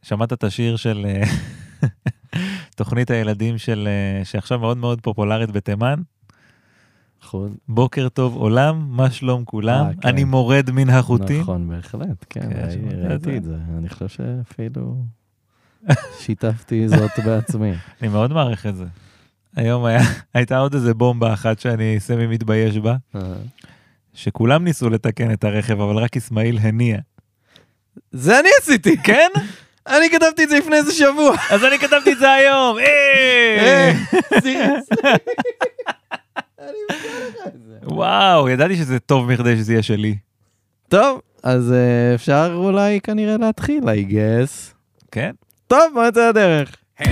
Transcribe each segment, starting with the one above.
שמעת את השיר של תוכנית הילדים שעכשיו מאוד מאוד פופולרית בתימן? נכון. בוקר טוב עולם, מה שלום כולם? כן. אני מורד מן החוטים. נכון, בהחלט, כן, כן, ראיתי את זה. אני חושב שאפילו שיתפתי זאת בעצמי. אני מאוד מעריך את זה. היום הייתה עוד איזה בומבה אחת שאני סמי מתבייש בה, שכולם ניסו לתקן את הרכב, אבל רק אסמאעיל הניע. זה אני עשיתי! כן? אני כתבתי את זה לפני איזה שבוע. אז אני כתבתי את זה היום. סיריוס. וואו, ידעתי שזה טוב מכדי שזה יהיה שלי. טוב, אז אפשר אולי כנראה להתחיל, I guess. כן? טוב, מה יצא הדרך?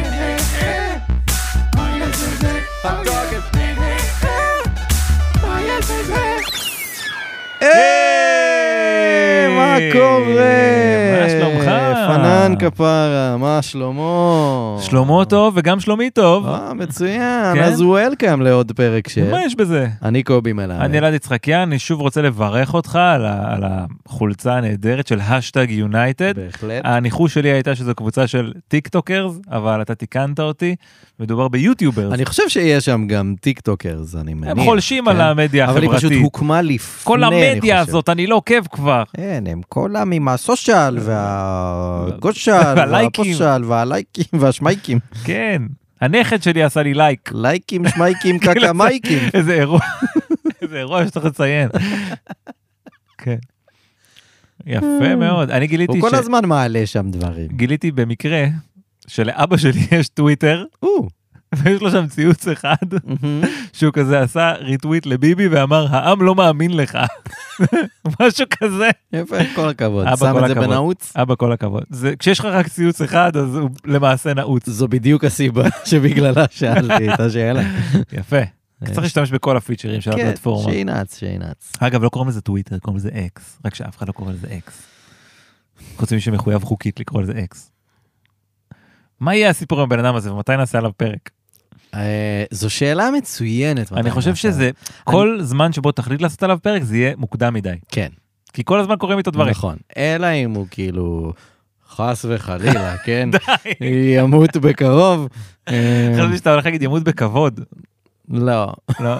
מה קורה? מה שלומך? פנן כפרה, מה שלמה? שלמה טוב וגם שלומי טוב. מצוין, כן? אז וולקאם לעוד פרק של... מה יש בזה? אני קובי מלמד. אני אלעד יצחקיאן, אני שוב רוצה לברך אותך על החולצה הנהדרת של השטג יונייטד. בהחלט. הניחוש שלי הייתה שזו קבוצה של טיקטוקרס, אבל אתה תיקנת אותי, מדובר ביוטיוברס. אני חושב שיש שם גם טיקטוקרס, אני מניח. הם חולשים על המדיה אבל החברתית. היא פשוט הוקמה לפני, כל המדיה הזאת, אני לא עוקב כבר. כן, הם כולם עם הסושיאל והגושל והפושל והלייקים והשמייקים. כן, הנכד שלי עשה לי לייק. לייקים, שמייקים, קקה מייקים. איזה אירוע שצריך לציין. כן. יפה מאוד. אני גיליתי הוא כל הזמן מעלה שם דברים. גיליתי במקרה שלאבא שלי יש טוויטר, ויש לו שם ציוץ אחד, שהוא כזה עשה ריטוויט לביבי ואמר, העם לא מאמין לך. משהו כזה. יפה, כל הכבוד. שם את זה בנעוץ? אבא, כל הכבוד. כשיש לך רק ציוץ אחד, אז הוא למעשה נעוץ. זו בדיוק הסיבה שבגללה שאלתי את השאלה. יפה. צריך להשתמש בכל הפיצ'רים של הפלטפורמה. כן, שינץ. אגב, לא קוראים לזה טוויטר, קוראים לזה אקס. רק שאף אחד לא קורא לזה אקס. חוץ ממי שמחויב חוקית לקרוא לזה אקס. מה יהיה הסיפור עם הבן אדם הזה, ומתי נעשה עליו פרק? זו שאלה מצוינת. אני חושב שזה, כל זמן שבו תחליט לעשות עליו פרק, זה יהיה מוקדם מדי. כן. כי כל הזמן קוראים איתו דברים. נכון. אלא אם הוא כאילו חס וחלילה, כן? ימות בקרוב. חשבתי שאתה הולך להגיד ימות בכבוד. לא. לא.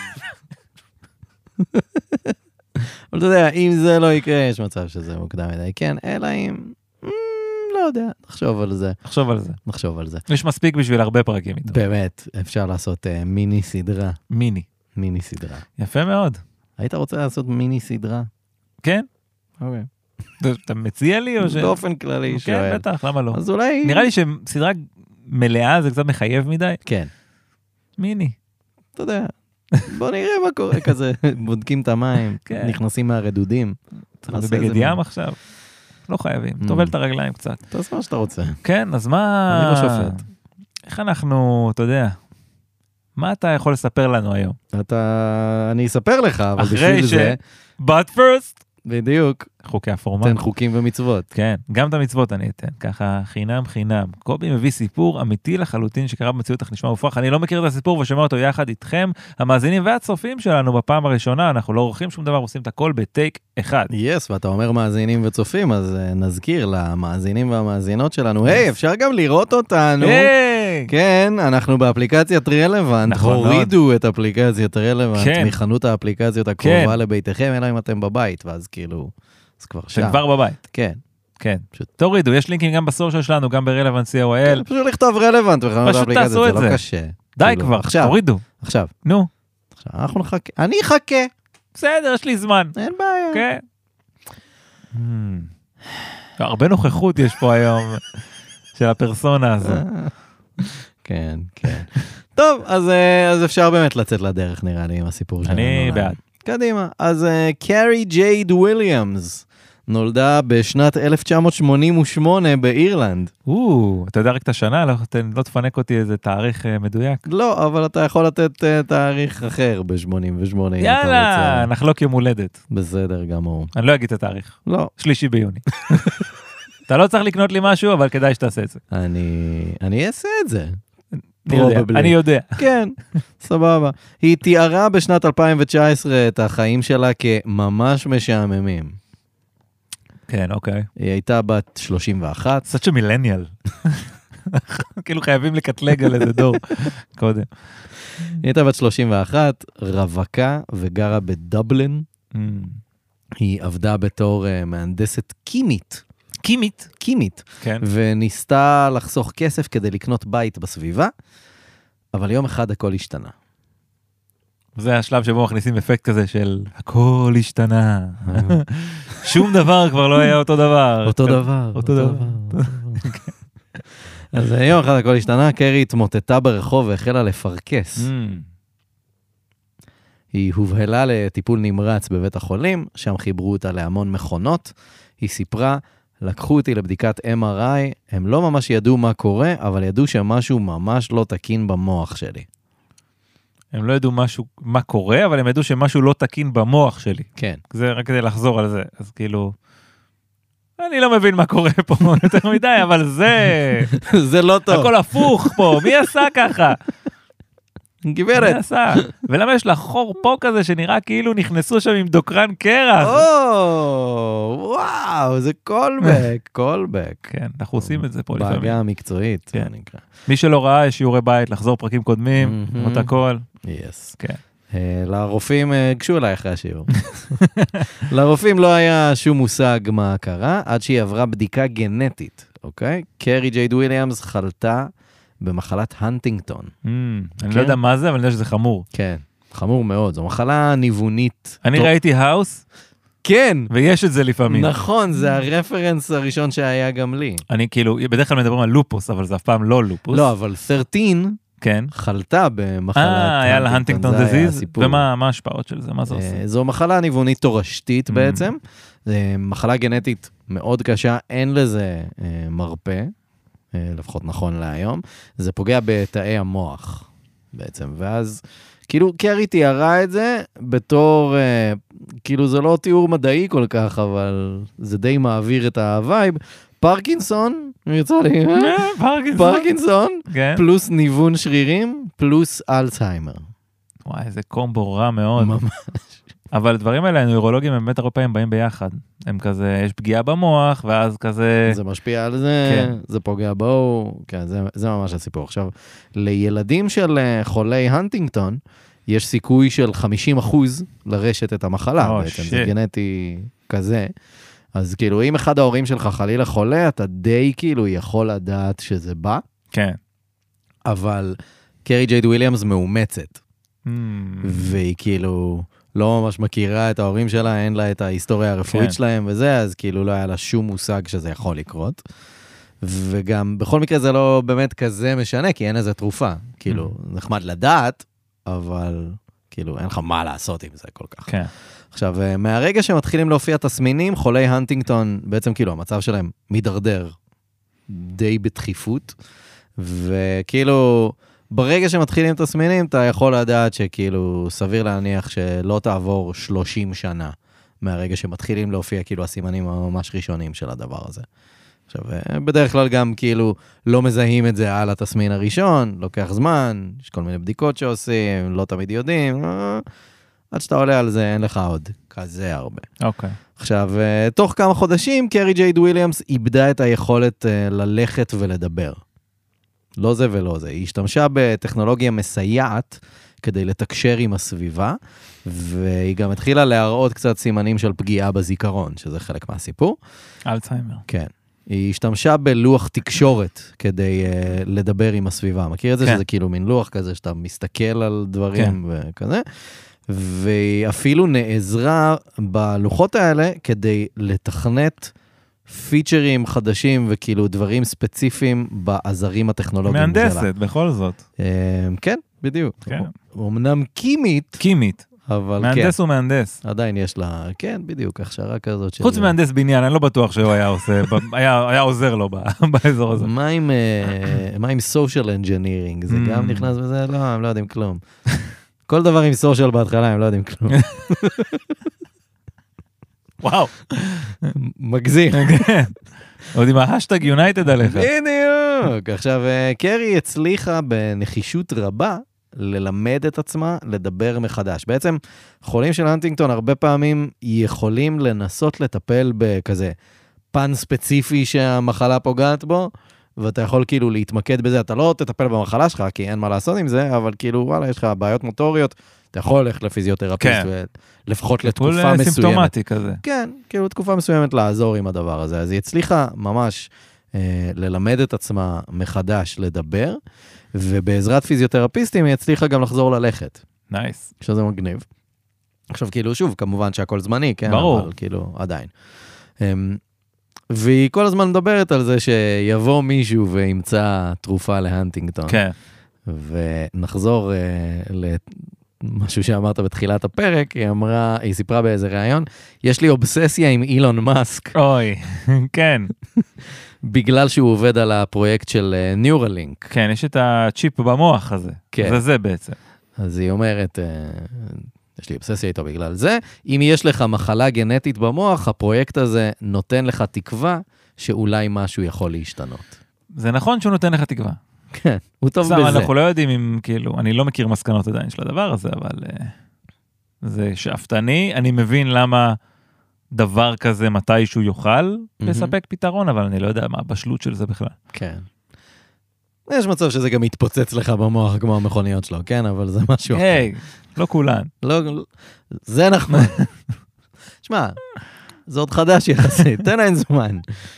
אבל אתה יודע, אם זה לא יקרה, יש מצב שזה מוקדם מדי. כן, אלא אם... לא יודע, נחשוב על זה. יש מספיק בשביל הרבה פרקים איתו. באמת, אפשר לעשות מיני סדרה. מיני סדרה. יפה מאוד. היית רוצה לעשות מיני סדרה? כן. אוקיי. אתה מציע לי או ש... באופן כללי שואל. כן, בטח, למה לא? אז אולי... נראה לי שסדרה מלאה זה קצת מחייב מדי. כן. מיני. אתה יודע, בוא נראה מה קורה כזה. בודקים את המים, נכנסים מהרדודים. זה בגד ים עכשיו. לא חייבים, תובל את הרגליים קצת. תעשה מה שאתה רוצה. כן, אז מה... אני לא שופט. איך אנחנו, אתה יודע, מה אתה יכול לספר לנו היום? אני אספר לך, אבל בשביל זה... But first... בדיוק. חוקי הפורמט. תן חוקים ומצוות. כן, גם את המצוות אני אתן, ככה חינם. קובי מביא סיפור אמיתי לחלוטין שקרה במציאות, אך נשמע מופרך. אני לא מכיר את הסיפור ושומע אותו יחד איתכם, המאזינים והצופים שלנו בפעם הראשונה, אנחנו לא עורכים שום דבר, עושים את הכל בטייק אחד. יס, ואתה אומר מאזינים וצופים, אז נזכיר למאזינים והמאזינות שלנו, היי, אפשר גם לראות אותנו. כן, אנחנו באפליקציית רלוונט, הורידו את אפליקציית רלוונט מחנות האפליקציות הקרובה לביתכם, אלא אם אתם בבית, ואז כאילו... אתם כבר בבית. כן. כן. תורידו, יש לינקים גם בסושיאל שלנו, גם ברלוונט co.il. פשוט לכתוב רלוונט בחנות האפליקציה, זה לא קשה. די כבר, תורידו. עכשיו. נו. אנחנו נחכה. אני אחכה. בסדר, יש לי זמן. אין בעיה. כן. הרבה נוכחות יש פה היום של הפרסונה הזו. כן, כן. טוב, אז אפשר באמת לצאת לדרך, נראה לי, עם הסיפור שלנו. אני בעד. קדימה. אז קרי ג'ייד וויליאמס נולדה בשנת 1988 באירלנד. אתה יודע רק את השנה? לא תפנק אותי איזה תאריך מדויק. לא, אבל אתה יכול לתת תאריך אחר ב-88. יאללה, נחלוק יום הולדת. בסדר גמור. אני לא אגיד את התאריך. לא. 3 ביוני. אתה לא צריך לקנות לי משהו, אבל כדאי שתעשה את זה. אני אעשה את זה. אני יודע. כן, סבבה. היא תיארה בשנת 2019 את החיים שלה כממש משעממים. כן, אוקיי. היא הייתה בת 31. such a millennial. כאילו חייבים לקטלג על איזה דור קודם. היא הייתה בת 31, רווקה וגרה בדובלין. היא עבדה בתור מהנדסת קימית. קימית? קימית. כן. וניסתה לחסוך כסף כדי לקנות בית בסביבה, אבל יום אחד הכל השתנה. זה השלב שבו מכניסים אפקט כזה של הכל השתנה. שום דבר כבר לא היה אותו דבר. אותו דבר. אותו דבר. אז יום אחד הכל השתנה, קרי התמוטטה ברחוב והחלה לפרקס. היא הובהלה לטיפול נמרץ בבית החולים, שם חיברו אותה להמון מכונות. היא סיפרה, לקחו אותי לבדיקת MRI, הם לא ממש ידעו מה קורה, אבל ידעו שמשהו ממש לא תקין במוח שלי. הם לא ידעו מה קורה, אבל הם ידעו שמשהו לא תקין במוח שלי. כן. זה רק כדי לחזור על זה. אז כאילו, אני לא מבין מה קורה פה יותר מדי, אבל זה לא טוב. הכל הפוך פה, מי עשה ככה? גברת. מי עשה? ולמה יש לה חור פה כזה שנראה כאילו נכנסו שם עם דוקרן קרח? וואו, זה קולבק, קולבק. כן, אנחנו עושים את זה פה לפעמים. בעגה המקצועית. מי שלא ראה, יש שיעורי בית, לחזור פרקים קודמים, את הכל. יס. כן. לרופאים, גשו אליי אחרי השיעור. לרופאים לא היה שום מושג מה קרה, עד שהיא עברה בדיקה גנטית, אוקיי? קרי ג'ייד וויליאמס חלתה במחלת הנטינגטון. אני לא יודע מה זה, אבל אני יודע שזה חמור. כן, חמור מאוד, זו מחלה ניוונית. אני ראיתי האוס, כן. ויש את זה לפעמים. נכון, זה הרפרנס הראשון שהיה גם לי. אני כאילו, בדרך כלל מדברים על לופוס, אבל זה אף פעם לא לופוס. לא, אבל 13 כן. חלתה במחלת היה לה הנטינגטון דיזיז, ומה ההשפעות של זה, מה זה עושה? זו מחלה ניוונית תורשתית בעצם, מחלה גנטית מאוד קשה, אין לזה מרפא, לפחות נכון להיום, זה פוגע בתאי המוח בעצם, ואז כאילו קרי תיארה את זה בתור, כאילו זה לא תיאור מדעי כל כך, אבל זה די מעביר את הווייב, פרקינסון, יצא לי, פרקינסון, פלוס ניוון שרירים, פלוס אלצהיימר. וואי, זה קומבו רע מאוד. ממש. אבל הדברים האלה, הנוירולוגים הם באמת הרבה פעמים באים ביחד. הם כזה, יש פגיעה במוח, ואז כזה... זה משפיע על זה, זה פוגע בו, כן, זה ממש הסיפור. עכשיו, לילדים של חולי הנטינגטון, יש סיכוי של 50% לרשת את המחלה, בעצם זה גנטי כזה. אז כאילו, אם אחד ההורים שלך חלילה חולה, אתה די כאילו יכול לדעת שזה בא. כן. אבל קרי ג'ייד וויליאמס מאומצת. והיא כאילו לא ממש מכירה את ההורים שלה, אין לה את ההיסטוריה הרפואית שלהם וזה, אז כאילו לא היה לה שום מושג שזה יכול לקרות. וגם בכל מקרה זה לא באמת כזה משנה, כי אין איזה תרופה. כאילו, נחמד לדעת, אבל כאילו אין לך מה לעשות עם זה כל כך. כן. עכשיו, מהרגע שמתחילים להופיע תסמינים, חולי הנטינגטון, בעצם כאילו המצב שלהם מדרדר די בדחיפות, וכאילו ברגע שמתחילים תסמינים, אתה יכול לדעת שכאילו סביר להניח שלא תעבור 30 שנה מהרגע שמתחילים להופיע כאילו הסימנים הממש ראשונים של הדבר הזה. עכשיו, בדרך כלל גם כאילו לא מזהים את זה על התסמין הראשון, לוקח זמן, יש כל מיני בדיקות שעושים, לא תמיד יודעים, עד שאתה עולה על זה אין לך עוד כזה הרבה. אוקיי. עכשיו, תוך כמה חודשים, קרי ג'ייד וויליאמס איבדה את היכולת ללכת ולדבר. לא זה ולא זה. היא השתמשה בטכנולוגיה מסייעת כדי לתקשר עם הסביבה, והיא גם התחילה להראות קצת סימנים של פגיעה בזיכרון, שזה חלק מהסיפור. אלצהיימר. כן. היא השתמשה בלוח תקשורת כדי לדבר עם הסביבה. מכיר את זה? שזה כאילו מין לוח כזה שאתה מסתכל על דברים וכזה. והיא אפילו נעזרה בלוחות האלה כדי לתכנת פיצ'רים חדשים וכאילו דברים ספציפיים בעזרים הטכנולוגיים שלה. מהנדסת, בכל זאת. כן, בדיוק. אמנם קימית. קימית. אבל כן. מהנדס הוא מהנדס. עדיין יש לה, כן, בדיוק, הכשרה כזאת. חוץ מהנדס בניין, אני לא בטוח שהוא היה עושה, היה עוזר לו באזור הזה. מה עם social engineering? זה גם נכנס בזה? לא, הם לא יודעים כלום. כל דבר עם social בהתחלה, הם לא יודעים כלום. וואו. מגזים. עוד עם ההשטג יונייטד עליך. בדיוק. עכשיו, קרי הצליחה בנחישות רבה ללמד את עצמה לדבר מחדש. בעצם, חולים של הנטינגטון הרבה פעמים יכולים לנסות לטפל בכזה פן ספציפי שהמחלה פוגעת בו, ואתה יכול כאילו להתמקד בזה, אתה לא תטפל במחלה שלך, כי אין מה לעשות עם זה, אבל כאילו, וואלה, יש לך בעיות מוטוריות, אתה יכול ללכת לפיזיותרפיסט, לפחות לתקופה מסוימת. טיפול סימפטומטי כזה. כן, כאילו תקופה מסוימת לעזור עם הדבר הזה. אז היא הצליחה ממש ללמד את עצמה מחדש לדבר, ובעזרת פיזיותרפיסטים היא הצליחה גם לחזור ללכת. נייס. שזה מגניב. עכשיו כאילו שוב, כמובן שהכל זמני, כן? ברור. אבל כאילו עדיין. והיא כל הזמן מדברת על זה שיבוא מישהו וימצא תרופה להנטינגטון. כן. ונחזור למשהו שאמרת בתחילת הפרק, היא סיפרה באיזה ראיון, יש לי אובססיה עם אילון מאסק. אוי, כן. בגלל שהוא עובד על הפרויקט של ניורלינק. כן, יש את הצ'יפ במוח הזה. כן. זה בעצם. אז היא אומרת, יש לי אובססיה איתו בגלל זה, אם יש לך מחלה גנטית במוח, הפרויקט הזה נותן לך תקווה שאולי משהו יכול להשתנות. זה נכון שהוא נותן לך תקווה. כן, הוא טוב בזה. אנחנו לא יודעים אם, כאילו, אני לא מכיר מסקנות עדיין של הדבר הזה, אבל זה שאפתני. אני מבין למה דבר כזה מתישהו יוכל לספק פתרון, אבל אני לא יודע מה הבשלות של זה בכלל. כן. יש מצב שזה גם יתפוצץ לך במוח כמו המכוניות שלו, כן? אבל זה משהו אחר. היי, לא כולן. זה נכון. שמע, זה עוד חדש יחסית, תן להם זמן.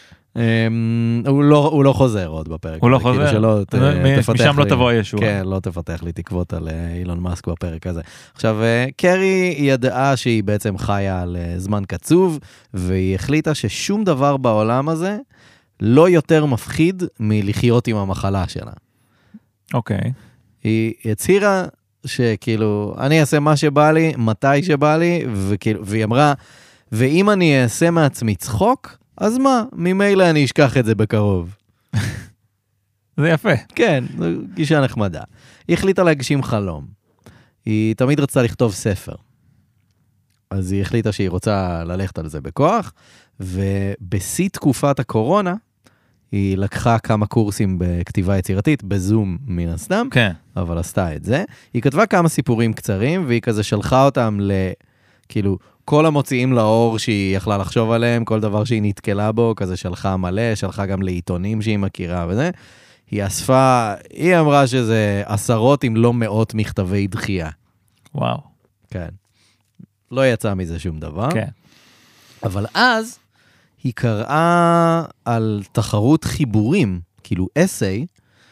הוא לא חוזר עוד בפרק. הוא לא חוזר? משם לא תבוא הישוע. כן, לא תפתח לי תקוות על אילון מאסק בפרק הזה. עכשיו, קרי ידעה שהיא בעצם חיה על זמן קצוב, והיא החליטה ששום דבר בעולם הזה לא יותר מפחיד מלחיות עם המחלה שלה. אוקיי. היא הצהירה שכאילו, אני אעשה מה שבא לי, מתי שבא לי, והיא אמרה, ואם אני אעשה מעצמי צחוק, אז מה? ממילא אני אשכח את זה בקרוב. זה יפה. כן, זו גישה נחמדה. היא החליטה להגשים חלום. היא תמיד רצתה לכתוב ספר. אז היא החליטה שהיא רוצה ללכת על זה בכוח, ובשיא תקופת הקורונה, היא לקחה כמה קורסים בכתיבה יצירתית, בזום מן הסתם, כן. אבל עשתה את זה. היא כתבה כמה סיפורים קצרים, והיא כזה שלחה אותם כאילו, כל המוציאים לאור שהיא יכלה לחשוב עליהם, כל דבר שהיא נתקלה בו, כזה שלחה מלא, שלחה גם לעיתונים שהיא מכירה וזה. היא אספה, היא אמרה שזה עשרות אם לא מאות מכתבי דחייה. וואו. כן. לא יצא מזה שום דבר. כן. אבל אז היא קראה על תחרות חיבורים, כאילו אסי.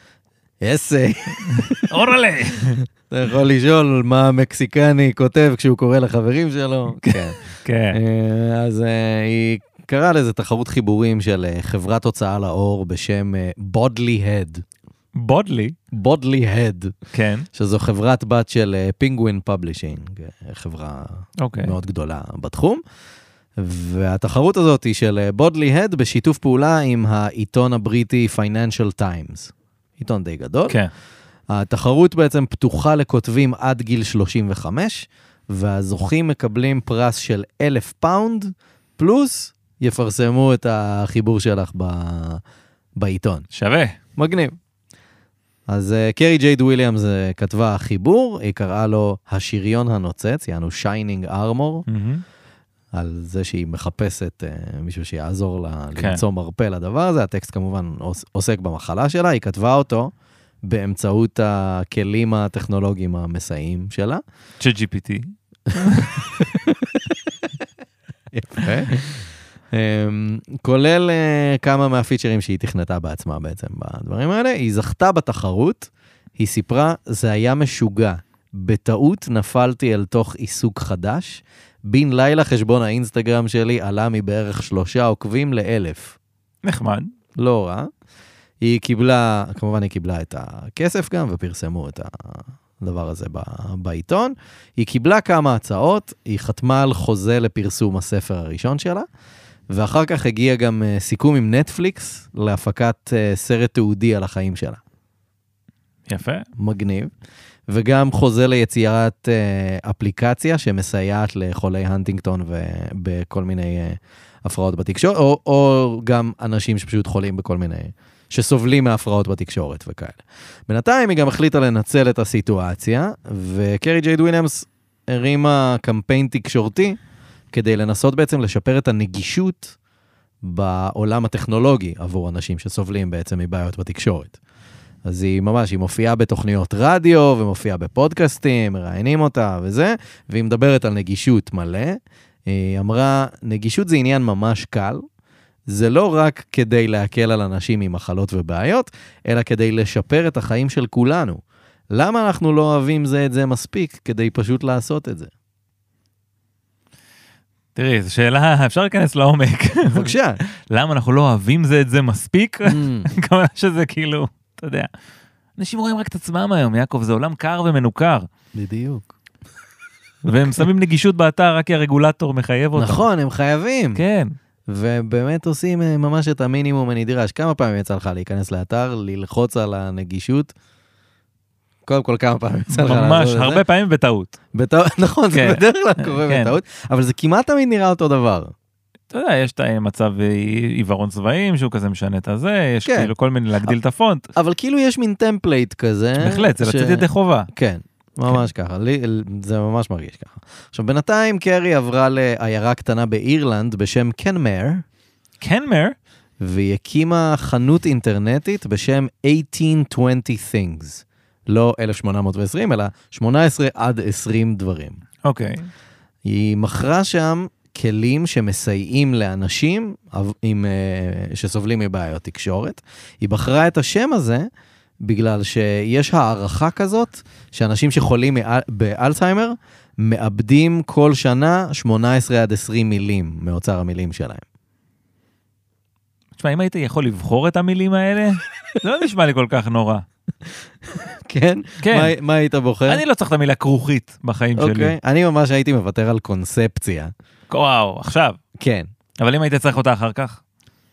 אורלה. אתה יכול לשאול מה המקסיקני כותב כשהוא קורא לחברים שלו. כן. כן. אז היא קראה לזה תחרות חיבורים של חברת הוצאה לאור בשם בודלי הד. בודלי? בודלי הד. כן. שזו חברת בת של פינגווין פאבלישינג, חברה מאוד גדולה בתחום. והתחרות הזאת היא של בודלי הד בשיתוף פעולה עם העיתון הבריטי Financial Times. עיתון די גדול. כן. התחרות בעצם פתוחה לכותבים עד גיל 35, והזוכים מקבלים פרס של 1,000 פאונד, פלוס יפרסמו את החיבור שלך בעיתון. שווה. מגניב. אז קרי ג'ייד וויליאמס כתבה חיבור, היא קראה לו השריון הנוצץ, יענו שיינינג ארמור, על זה שהיא מחפשת מישהו שיעזור לה למצוא מרפא לדבר הזה. הטקסט כמובן עוסק במחלה שלה, היא כתבה אותו באמצעות הכלים הטכנולוגיים המסייעים שלה. ChatGPT. יפה. כולל כמה מהפיצ'רים שהיא תכנתה בעצמה בעצם בדברים האלה. היא זכתה בתחרות, היא סיפרה, זה היה משוגע. בטעות נפלתי אל תוך עיסוק חדש, בין לילה חשבון האינסטגרם שלי עלה מבערך 3 עוקבים ל1,000. נחמד. לא רע. היא קיבלה, כמובן היא קיבלה את הכסף גם, ופרסמו את הדבר הזה בעיתון. היא קיבלה כמה הצעות, היא חתמה על חוזה לפרסום הספר הראשון שלה, ואחר כך הגיע גם סיכום עם נטפליקס, להפקת סרט תיעודי על החיים שלה. יפה. מגניב. וגם חוזה ליצירת אפליקציה שמסייעת לחולי הנטינגטון ובכל מיני הפרעות בתקשורת, או גם אנשים שפשוט חולים בכל מיני, שסובלים מהפרעות בתקשורת וכאלה. בינתיים היא גם החליטה לנצל את הסיטואציה, וקרי ג'ייד וויליאמס הרימה קמפיין תקשורתי, כדי לנסות בעצם לשפר את הנגישות בעולם הטכנולוגי עבור אנשים שסובלים בעצם מבעיות בתקשורת. אז היא ממש, היא מופיעה בתוכניות רדיו, ומופיעה בפודקאסטים, מראיינים אותה וזה, והיא מדברת על נגישות מלא. היא אמרה, נגישות זה עניין ממש קל, זה לא רק כדי להקל על אנשים עם מחלות ובעיות, אלא כדי לשפר את החיים של כולנו. למה אנחנו לא אוהבים זה את זה מספיק, כדי פשוט לעשות את זה? תראי, זו שאלה, אפשר להיכנס לעומק. בבקשה. למה אנחנו לא אוהבים זה את זה מספיק? כמובן שזה כאילו, אתה יודע, אנשים רואים רק את עצמם היום, יעקב, זה עולם קר ומנוכר. בדיוק. והם שמים נגישות באתר רק כי הרגולטור מחייב אותם. נכון, הם חייבים. כן. ובאמת עושים ממש את המינימום הנדרש. כמה פעמים יצא לך להיכנס לאתר, ללחוץ על הנגישות? קודם כל כמה פעמים יצא לך ממש, הרבה פעמים בטעות. נכון, זה בדרך כלל קורה בטעות, אבל זה כמעט תמיד נראה אותו דבר. אתה יודע, יש מצב עיוורון צבעים, שהוא כזה משנה את הזה, יש כאילו כל מיני להגדיל את הפונט. אבל כאילו יש מין טמפלייט כזה. בהחלט, זה לצאת ידי חובה. כן, ממש ככה, זה ממש מרגיש ככה. עכשיו, בינתיים קרי עברה לעיירה קטנה באירלנד בשם קנמר. קנמר? והיא הקימה חנות אינטרנטית בשם 1820 Things. לא 1820, אלא 18 עד 20 דברים. אוקיי. היא מכרה שם כלים שמסייעים לאנשים שסובלים מבעיות תקשורת. היא בחרה את השם הזה בגלל שיש הערכה כזאת שאנשים שחולים באלצהיימר מאבדים כל שנה 18 עד 20 מילים מאוצר המילים שלהם. תשמע, אם הייתי יכול לבחור את המילים האלה, זה לא נשמע לי כל כך נורא. כן? כן. מה היית בוחר? אני לא צריך את המילה כרוכית בחיים שלי. אוקיי, אני ממש הייתי מוותר על קונספציה. וואו, עכשיו. כן. אבל אם היית צריך אותה אחר כך?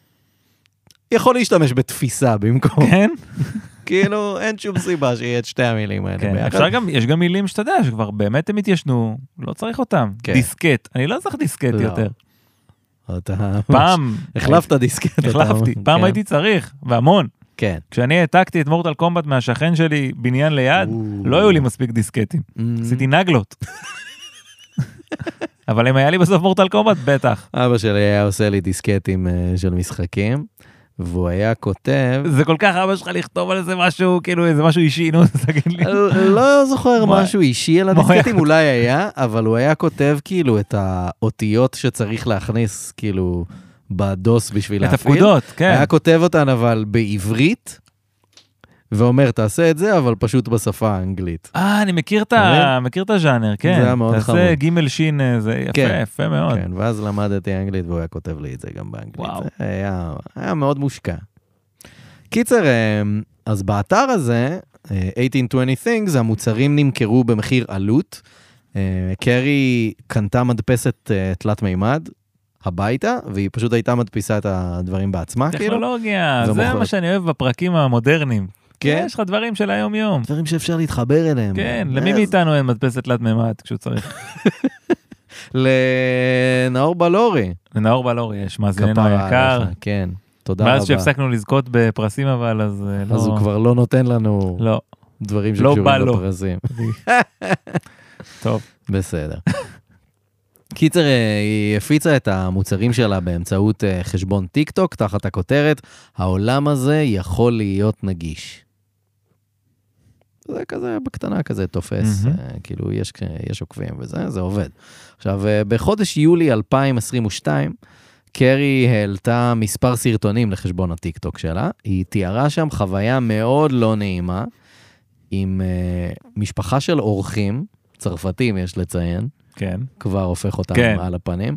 יכול להשתמש בתפיסה במקום. כן? כאילו, אין שום סיבה שיהיה את שתי המילים האלה כן, ביחד. יש גם מילים שאתה יודע, שכבר באמת הם התיישנו, לא צריך אותם. כן. דיסקט, אני לא צריך דיסקט לא. יותר. אתה פעם... החלפת דיסקט. החלפתי, פעם הייתי צריך, והמון. כן. כשאני העתקתי את מורטל קומבט מהשכן שלי בניין ליד, לא היו לי מספיק דיסקטים. עשיתי נגלות. אבל אם היה לי בסוף מורטל קומבט, בטח. אבא שלי היה עושה לי דיסקטים של משחקים, והוא היה כותב... זה כל כך אבא שלך לכתוב על זה משהו, כאילו איזה משהו אישי, נו, תגיד לי. לא זוכר משהו אישי על הדיסקטים, אולי היה, אבל הוא היה כותב כאילו את האותיות שצריך להכניס, כאילו... בדוס בשביל להפעיל. את הפקודות, כן. היה כותב אותן אבל בעברית, ואומר, תעשה את זה, אבל פשוט בשפה האנגלית. אני מכיר את הז'אנר, כן. זה היה מאוד חמוד. תעשה ג' שין, זה יפה, יפה מאוד. כן, ואז למדתי אנגלית, והוא היה כותב לי את זה גם באנגלית. וואו. זה היה מאוד מושקע. קיצר, אז באתר הזה, 1820 Things, המוצרים נמכרו במחיר עלות. קרי קנתה מדפסת תלת מימד, הביתה, והיא פשוט הייתה מדפיסה את הדברים בעצמה, כאילו. טכנולוגיה, זה מה שאני אוהב בפרקים המודרניים. כן? יש לך דברים של היום יום. דברים שאפשר להתחבר אליהם. כן, למי מאיתנו אין מדפסת תלת מימד כשהוא צריך? לנאור בלורי. לנאור בלורי יש, מאזיננו היקר. כן, תודה רבה. מאז שהפסקנו לזכות בפרסים אבל, אז לא... אז הוא כבר לא נותן לנו דברים שקשורים בפרסים. טוב. בסדר. קיצר, היא הפיצה את המוצרים שלה באמצעות חשבון טיק טוק, תחת הכותרת, העולם הזה יכול להיות נגיש. זה כזה בקטנה כזה תופס, כאילו יש עוקבים וזה, זה עובד. עכשיו, בחודש יולי 2022, קרי העלתה מספר סרטונים לחשבון הטיק טוק שלה, היא תיארה שם חוויה מאוד לא נעימה, עם משפחה של אורחים, צרפתים יש לציין, כן. כבר הופך אותם על הפנים.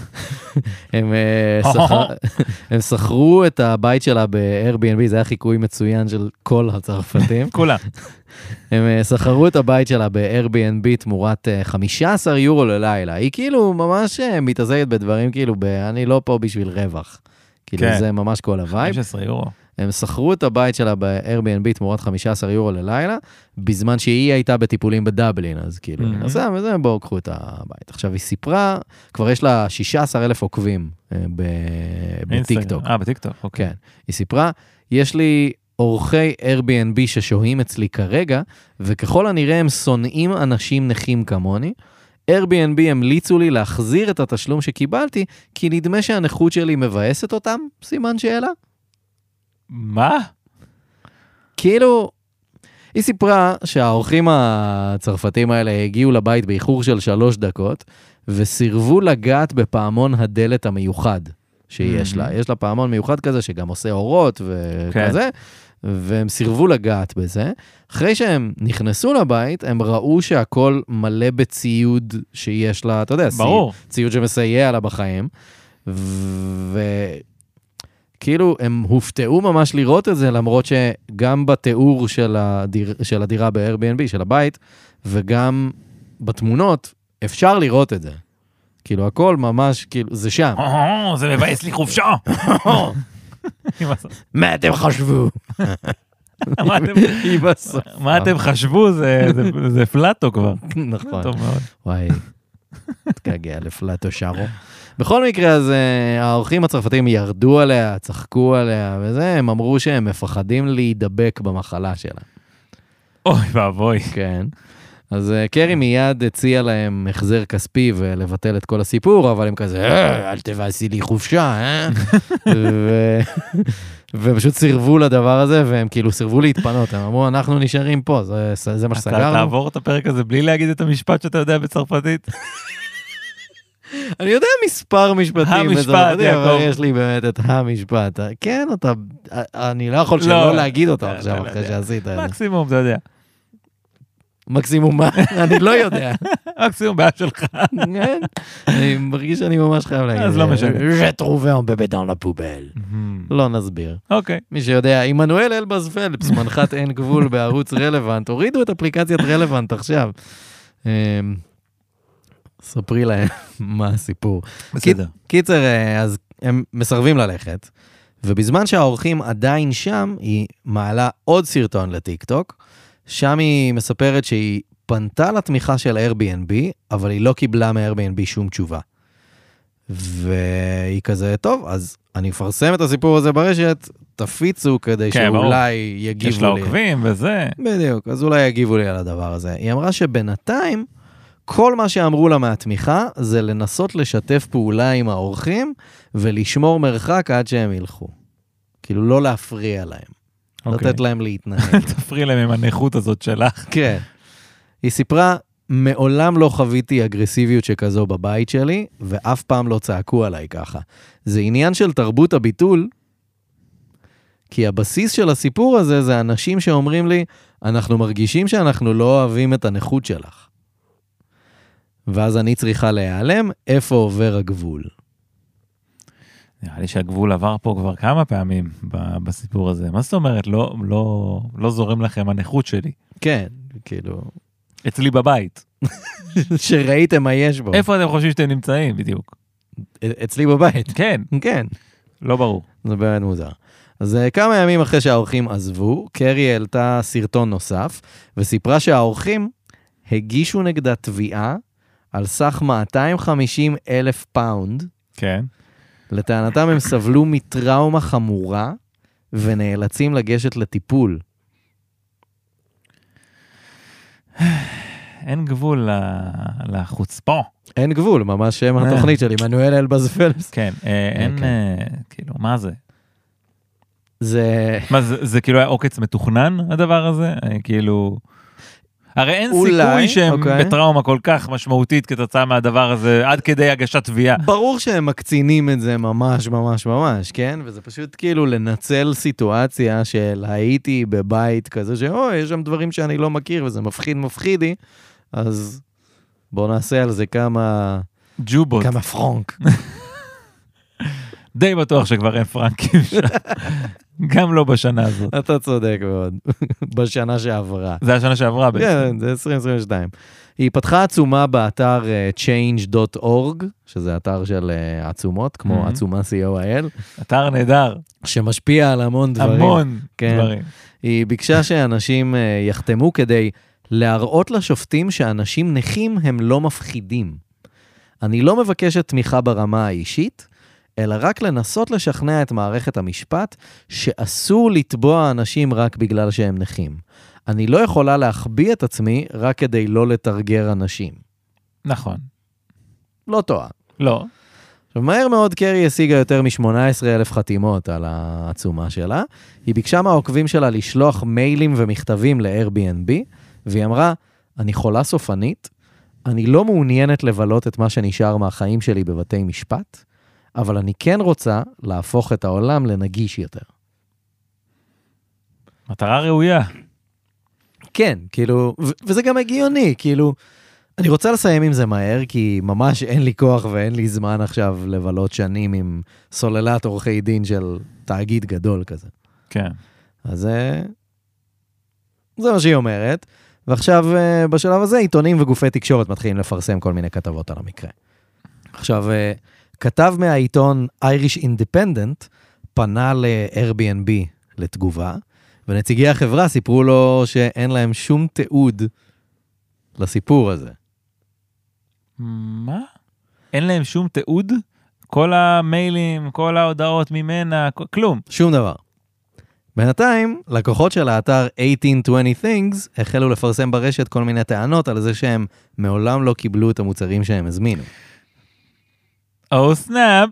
הם שכרו את הבית שלה ב-Airbnb, זה היה חיקוי מצוין של כל הצרפתים. כולם. הם שכרו את הבית שלה ב-Airbnb תמורת 15 יורו ללילה. היא כאילו ממש מתעסקת בדברים כאילו, אני לא פה בשביל רווח. כאילו זה ממש כל הווייב. 15 יורו. הם שכרו את הבית שלה ב-Airbnb תמורת 15 יורו ללילה, בזמן שהיא הייתה בטיפולים בדבלין, אז כאילו, נסע וזה, בואו קחו את הבית. עכשיו היא סיפרה, כבר יש לה 16,000 עוקבים בטיקטוק. בטיקטוק, אוקיי. כן, היא סיפרה, יש לי אורחי Airbnb ששוהים אצלי כרגע, וככל הנראה הם שונאים אנשים נכים כמוני, Airbnb המליצו לי להחזיר את התשלום שקיבלתי, כי נדמה שהנכות שלי מבאסת אותם, סימן שאלה. מה? כאילו, היא סיפרה שהאורחים הצרפתים האלה הגיעו לבית באיחור של 3 דקות, וסירבו לגעת בפעמון הדלת המיוחד שיש לה. יש לה פעמון מיוחד כזה שגם עושה אורות וכזה, והם סירבו לגעת בזה. אחרי שהם נכנסו לבית, הם ראו שהכל מלא בציוד שיש לה, אתה יודע, ציוד שמסייע לה בחיים, וכאילו הם הופתעו ממש לראות את זה, למרות שגם בתיאור של הדירה ב-Airbnb, של הבית, וגם בתמונות, אפשר לראות את זה. כאילו, הכל ממש, כאילו, זה שם. זה מבאס לי חופשה. מה אתם חשבו? מה אתם חשבו? זה פלטו כבר. נכון. וואי, תגעגע לפלטו שרו. בכל מקרה, אז האורחים הצרפתים ירדו עליה, צחקו עליה, וזה, הם אמרו שהם מפחדים להידבק במחלה שלה. אוי ואבוי. כן. אז קרי מיד הציע להם החזר כספי ולבטל את כל הסיפור, אבל הם כזה, אל תבאסי לי חופשה, ופשוט סירבו לדבר הזה, והם כאילו סירבו להתפנות, הם אמרו, אנחנו נשארים פה, זה מה שסגרנו. אתה תעבור את הפרק הזה בלי להגיד את המשפט שאתה יודע בצרפתית? אני יודע מספר משפטים בצרפתית, אבל יש לי באמת את המשפט. כן, אני לא יכול שלא להגיד אותו עכשיו, אחרי שעשית את זה. מקסימום, אתה יודע. מקסימום מה? אני לא יודע. מקסימום בעיה שלך. כן, אני מרגיש שאני ממש חייב להגיד. אז לא משנה. Je trouvé un bébé dans la poubelle. לא נסביר. אוקיי. מי שיודע, עמנואל אלבז פלפס, מנחת אין גבול בערוץ רלוונט, הורידו את אפליקציית רלוונט עכשיו. ספרי להם מה הסיפור. בסדר. קיצר, אז הם מסרבים ללכת, ובזמן שהאורחים עדיין שם, היא מעלה עוד סרטון לטיק-טוק, שם היא מספרת שהיא פנתה לתמיכה של Airbnb, אבל היא לא קיבלה מ-Airbnb שום תשובה. והיא כזה, טוב, אז אני אפרסם את הסיפור הזה ברשת, תפיצו כדי שאולי יגיבו לי. יש לה עוקבים וזה. בדיוק, אז אולי יגיבו לי על הדבר הזה. היא אמרה שבינתיים, כל מה שאמרו לה מהתמיכה, זה לנסות לשתף פעולה עם האורחים, ולשמור מרחק עד שהם ילכו. כאילו לא להפריע להם. לתת להם להתנהל. תפריע להם עם הנכות הזאת שלך. כן. היא סיפרה, מעולם לא חוויתי אגרסיביות שכזו בבית שלי, ואף פעם לא צעקו עליי ככה. זה עניין של תרבות הביטול, כי הבסיס של הסיפור הזה זה אנשים שאומרים לי, אנחנו מרגישים שאנחנו לא אוהבים את הנכות שלך. ואז אני צריכה להיעלם, איפה עובר הגבול? נראה לי שהגבול עבר פה כבר כמה פעמים בסיפור הזה. מה זאת אומרת? לא זורם לכם הנכות שלי. כן, כאילו... אצלי בבית. שראיתם מה יש בו. איפה אתם חושבים שאתם נמצאים בדיוק? אצלי בבית. כן. כן. לא ברור. זה באמת מוזר. אז כמה ימים אחרי שהאורחים עזבו, קרי העלתה סרטון נוסף, וסיפרה שהאורחים הגישו נגדה תביעה על סך 250,000 פאונד. כן. לטענתם הם סבלו מטראומה חמורה, ונאלצים לגשת לטיפול. אין גבול לחוצפה. אין גבול, ממש שם התוכנית שלי, עמנואל אלבז פלפס. כן, אין, כאילו, מה זה? זה... מה, זה כאילו היה עוקץ מתוכנן, הדבר הזה? כאילו... הרי אין סיכוי שהם בטראומה כל כך משמעותית כתוצאה מהדבר הזה, עד כדי הגשת תביעה. ברור שהם מקצינים את זה ממש ממש ממש, כן? וזה פשוט כאילו לנצל סיטואציה של הייתי בבית כזה, יש שם דברים שאני לא מכיר, וזה מפחידי, אז בואו נעשה על זה כמה... ג'ובות. כמה פרנק. די בטוח שכבר אין פרנקים שם. גם לא בשנה הזאת. אתה צודק מאוד. בשנה שעברה. זה השנה שעברה בעצם. כן, זה 2022. היא פתחה עצומה באתר change.org, שזה אתר של עצומות, כמו עצומה co.il. אתר נהדר. שמשפיע על המון דברים. המון דברים. היא ביקשה שאנשים יחתמו כדי להראות לשופטים שאנשים נכים הם לא מפחידים. אני לא מבקשת תמיכה ברמה האישית, אלא רק לנסות לשכנע את מערכת המשפט שאסור לתבוע אנשים רק בגלל שהם נכים. אני לא יכולה להחביא את עצמי רק כדי לא לתרגר אנשים. נכון. לא טועה. לא. עכשיו, מהר מאוד קרי השיגה יותר מ-18,000 חתימות על העצומה שלה. היא ביקשה מהעוקבים שלה לשלוח מיילים ומכתבים ל-Airbnb, והיא אמרה, אני חולה סופנית, אני לא מעוניינת לבלות את מה שנשאר מהחיים שלי בבתי משפט, אבל אני כן רוצה להפוך את העולם לנגיש יותר. מטרה ראויה. כן, כאילו, וזה גם הגיוני, כאילו, אני רוצה לסיים עם זה מהר, כי ממש אין לי כוח ואין לי זמן עכשיו לבלות שנים עם סוללת עורכי דין של תאגיד גדול כזה. כן. אז זה מה שהיא אומרת. ועכשיו, בשלב הזה, עיתונים וגופי תקשורת מתחילים לפרסם כל מיני כתבות על המקרה. עכשיו, כתב מהעיתון Irish Independent פנה ל-Airbnb לתגובה, ונציגי החברה סיפרו לו שאין להם שום תיעוד לסיפור הזה. מה? אין להם שום תיעוד? כל המיילים, כל ההודעות ממנה, כלום. שום דבר. בינתיים, לקוחות של האתר 1820 Things החלו לפרסם ברשת כל מיני טענות על זה שהם מעולם לא קיבלו את המוצרים שהם הזמינו. סנאפ.